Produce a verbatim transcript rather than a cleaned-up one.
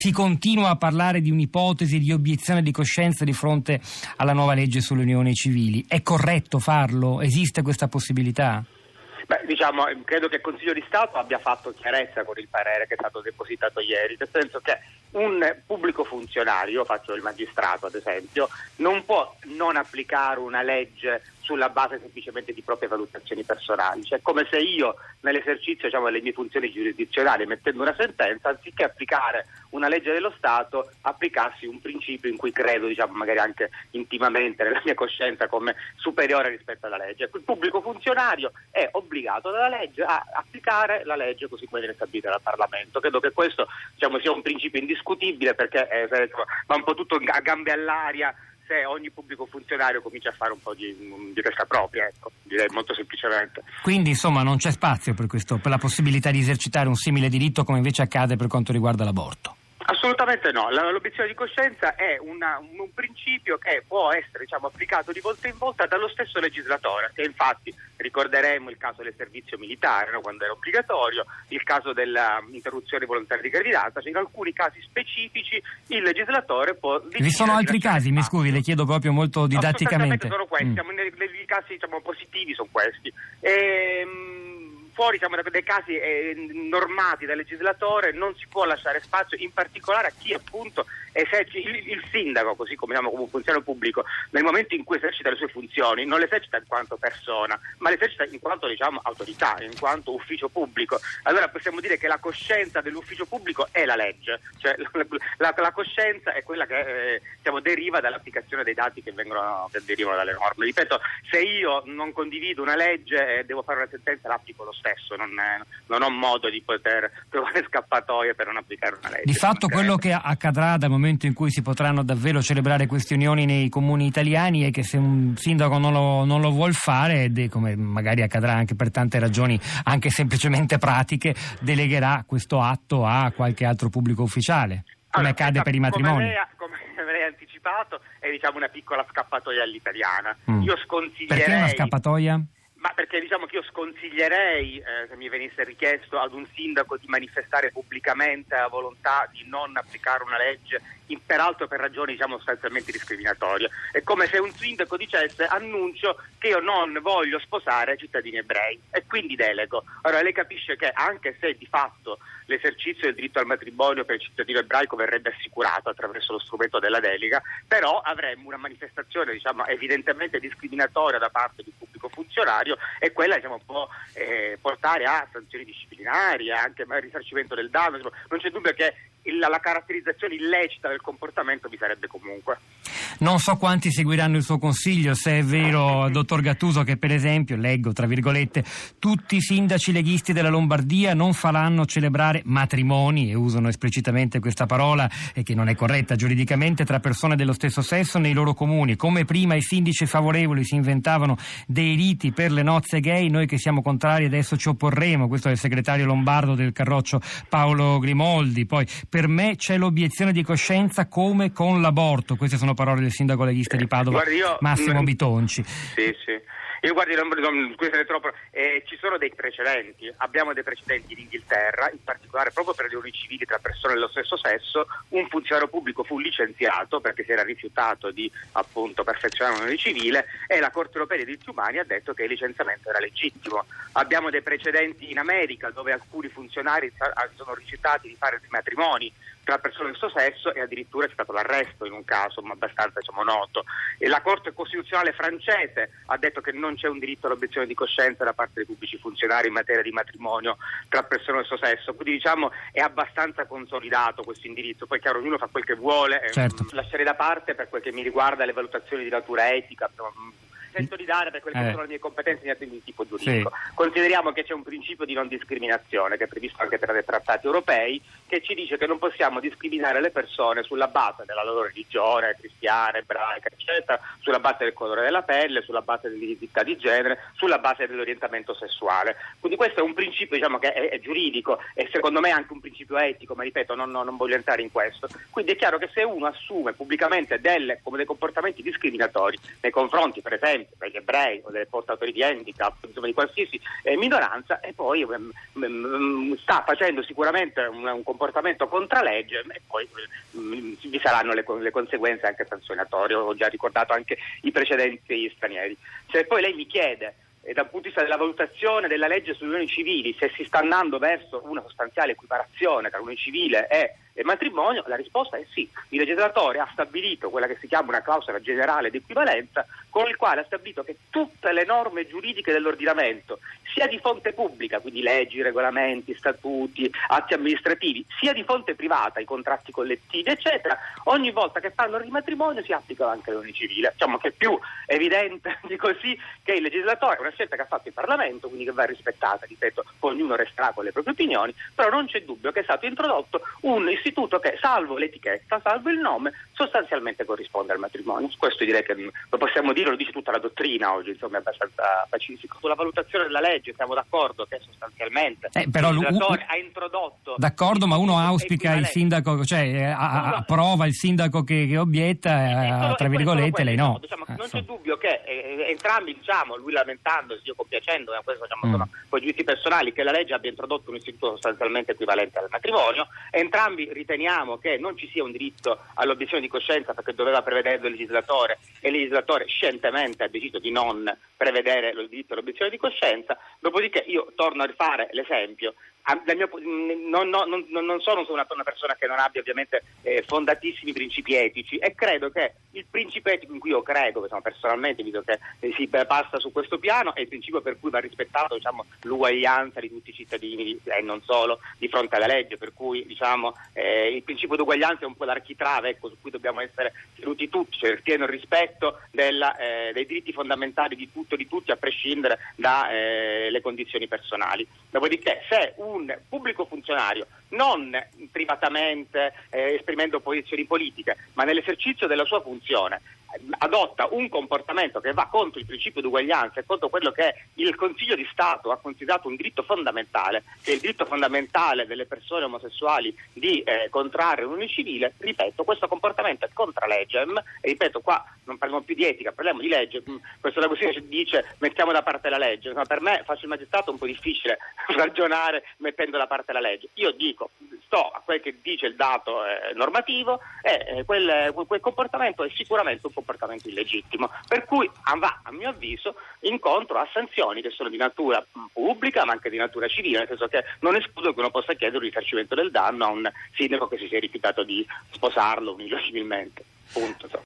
Si continua a parlare di un'ipotesi di obiezione di coscienza di fronte alla nuova legge sulle unioni civili. È corretto farlo? Esiste questa possibilità? Beh, diciamo, credo che il Consiglio di Stato abbia fatto chiarezza con il parere che è stato depositato ieri, nel senso che un pubblico funzionario, io faccio il magistrato ad esempio, non può non applicare una legge sulla base semplicemente di proprie valutazioni personali. Cioè, come se io nell'esercizio, diciamo, delle mie funzioni giurisdizionali, mettendo una sentenza, anziché applicare una legge dello Stato, applicassi un principio in cui credo, diciamo, magari anche intimamente nella mia coscienza come superiore rispetto alla legge. Il pubblico funzionario è obbligato dalla legge a applicare la legge così come viene stabilita dal Parlamento. Credo che questo, diciamo, sia un principio indiscutibile, perché eh, va un po' tutto a gambe all'aria se ogni pubblico funzionario comincia a fare un po' di, di testa propria, ecco, direi molto semplicemente. Quindi insomma non c'è spazio per questo, per la possibilità di esercitare un simile diritto come invece accade per quanto riguarda l'aborto? Assolutamente no, l'obiezione di coscienza è una, un, un principio che può essere, diciamo, applicato di volta in volta dallo stesso legislatore, che infatti ricorderemo il caso del servizio militare, no, quando era obbligatorio, il caso dell'interruzione volontaria di gravidanza, cioè in alcuni casi specifici il legislatore può... Vi sono altri casi, mi scusi, le chiedo proprio molto didatticamente. No, sono questi, mm. siamo nei, nei casi, diciamo, positivi sono questi. E, fuori, siamo dei casi eh, normati dal legislatore, non si può lasciare spazio, in particolare a chi appunto esercita il, il sindaco, così come, diciamo, come un funzionario pubblico, nel momento in cui esercita le sue funzioni, non le esercita in quanto persona, ma le esercita in quanto, diciamo, autorità, in quanto ufficio pubblico. Allora possiamo dire che la coscienza dell'ufficio pubblico è la legge, cioè la, la, la coscienza è quella che eh, diciamo, deriva dall'applicazione dei dati che vengono che derivano dalle norme. Ripeto, se io non condivido una legge e devo fare una sentenza, l'applico lo stesso, non, è, non ho modo di poter trovare scappatoie per non applicare una legge. Di fatto quello che accadrà dal momento in cui si potranno davvero celebrare queste unioni nei comuni italiani è che se un sindaco non lo, non lo vuol fare, de, come magari accadrà anche per tante ragioni anche semplicemente pratiche, delegherà questo atto a qualche altro pubblico ufficiale, come allora, accade per i matrimoni. Come lei, come lei ha anticipato, è, diciamo, una piccola scappatoia all'italiana. Mm. Io sconsiglierei... Perché una scappatoia? Ma perché, diciamo, che io sconsiglierei, eh, se mi venisse richiesto ad un sindaco di manifestare pubblicamente la volontà di non applicare una legge, in, peraltro per ragioni, diciamo, sostanzialmente discriminatorie. È come se un sindaco dicesse: annuncio che io non voglio sposare cittadini ebrei e quindi delego. Allora lei capisce che anche se di fatto l'esercizio del diritto al matrimonio per il cittadino ebraico verrebbe assicurato attraverso lo strumento della delega, però avremmo una manifestazione, diciamo, evidentemente discriminatoria da parte del pubblico funzionario, e quella, diciamo, può eh, portare a sanzioni disciplinari, anche al risarcimento del danno. Non c'è dubbio che la, la caratterizzazione illecita del comportamento vi sarebbe comunque. Non so quanti seguiranno il suo consiglio, se è vero, dottor Gattuso, che per esempio, leggo tra virgolette, tutti i sindaci leghisti della Lombardia non faranno celebrare matrimoni, e usano esplicitamente questa parola, e che non è corretta giuridicamente, tra persone dello stesso sesso nei loro comuni. Come prima i sindaci favorevoli si inventavano dei riti per le nozze gay, noi che siamo contrari adesso ci opporremo. Questo è il segretario lombardo del Carroccio Paolo Grimoldi. Poi, per me c'è l'obiezione di coscienza come con l'aborto. Queste sono parole del sindaco leghista di Padova, Guardi, io, Massimo non, Bitonci. Sì, sì. Io guardi, non, non, questo è troppo, eh, ci sono dei precedenti, abbiamo dei precedenti in Inghilterra, in particolare proprio per le unioni civili tra persone dello stesso sesso. Un funzionario pubblico fu licenziato perché si era rifiutato di, appunto, perfezionare un'unione civile, e la Corte Europea dei diritti umani ha detto che il licenziamento era legittimo. Abbiamo dei precedenti in America dove alcuni funzionari sono rifiutati di fare matrimoni tra persone del stesso sesso, e addirittura c'è stato l'arresto in un caso abbastanza, diciamo, noto. E la Corte Costituzionale francese ha detto che non c'è un diritto all'obiezione di coscienza da parte dei pubblici funzionari in materia di matrimonio tra persone del stesso sesso. Quindi, diciamo, è abbastanza consolidato questo indirizzo. Poi, chiaro, ognuno fa quel che vuole. Certo. Lascerei da parte, per quel che mi riguarda, le valutazioni di natura etica. Sento di dare per quelle che eh. sono le mie competenze di tipo giuridico. Sì. Consideriamo che c'è un principio di non discriminazione che è previsto anche per dei trattati europei, che ci dice che non possiamo discriminare le persone sulla base della loro religione, cristiana, ebraica, eccetera, sulla base del colore della pelle, sulla base dell'identità di genere, sulla base dell'orientamento sessuale. Quindi questo è un principio, diciamo, che è, è giuridico, e secondo me anche un principio etico, ma ripeto, non, non, non voglio entrare in questo. Quindi è chiaro che se uno assume pubblicamente delle, come dei comportamenti discriminatori nei confronti, per esempio, esempio, degli ebrei o dei portatori di handicap, insomma di qualsiasi eh, minoranza, e poi um, um, sta facendo sicuramente un, un comportamento contralegge, e poi um, vi saranno le, le conseguenze anche sanzionatorie. Ho già ricordato anche i precedenti stranieri. Se poi lei mi chiede, e dal punto di vista della valutazione della legge sulle unioni civili, se si sta andando verso una sostanziale equiparazione tra unione civile e, e matrimonio, la risposta è sì. Il legislatore ha stabilito quella che si chiama una clausola generale di equivalenza, con il quale ha stabilito che tutte le norme giuridiche dell'ordinamento, sia di fonte pubblica, quindi leggi, regolamenti, statuti, atti amministrativi, sia di fonte privata, i contratti collettivi, eccetera, ogni volta che fanno il rimatrimonio si applicano anche all'unione civile. Diciamo che è più evidente di così che il legislatore, una scelta che ha fatto il Parlamento, quindi che va rispettata, ripeto, ognuno resterà con le proprie opinioni, però non c'è dubbio che è stato introdotto un istituto che, salvo l'etichetta, salvo il nome, sostanzialmente corrisponde al matrimonio. Questo direi che lo possiamo dire, lo dice tutta la dottrina oggi, insomma, è abbastanza pacifico. Sulla valutazione della legge siamo d'accordo che sostanzialmente eh, però il legislatore ha introdotto... D'accordo, ma uno auspica il sindaco, cioè a, a, approva il sindaco che, che obietta, eh, tra virgolette, lei no. Diciamo, eh, non so. c'è dubbio che eh, entrambi, diciamo, lui lamentandosi, io compiacendo, ma questo diciamo, mm. sono poi giudizi personali, che la legge abbia introdotto un istituto sostanzialmente equivalente al matrimonio. Entrambi riteniamo che non ci sia un diritto all'obiezione di coscienza, perché doveva prevederlo il legislatore, e il legislatore scientemente ha deciso di non prevedere il diritto all'obiezione di coscienza. Dopodiché io torno a rifare l'esempio. Mio, non, non, non sono una, una persona che non abbia ovviamente eh, fondatissimi principi etici, e credo che il principio etico in cui io credo, insomma, personalmente, visto che eh, si passa su questo piano, è il principio per cui va rispettato, diciamo, l'uguaglianza di tutti i cittadini e non solo di fronte alla legge, per cui diciamo eh, il principio di uguaglianza è un po' l'architrave, ecco, su cui dobbiamo essere tenuti tutti, cioè il pieno rispetto della, eh, dei diritti fondamentali di tutto e di tutti, a prescindere dalle eh, condizioni personali. Dopodiché, se un pubblico funzionario, non privatamente eh, esprimendo posizioni politiche, ma nell'esercizio della sua funzione, adotta un comportamento che va contro il principio di uguaglianza e contro quello che il Consiglio di Stato ha considerato un diritto fondamentale, che è il diritto fondamentale delle persone omosessuali di eh, contrarre un'unione civile, ripeto, questo comportamento è contra legem, e ripeto, qua non parliamo più di etica, parliamo di legge. Questo D'Agostino dice mettiamo da parte la legge, ma per me, faccio il magistrato, è un po' difficile ragionare mettendo da parte la legge. Io dico, sto a quel che dice il dato eh, normativo, e eh, quel, quel comportamento è sicuramente un comportamento illegittimo, per cui va, a mio avviso, incontro a sanzioni che sono di natura pubblica ma anche di natura civile, nel senso che non escludo che uno possa chiedere un risarcimento del danno a un sindaco che si sia rifiutato di sposarlo unilateralmente. Punto.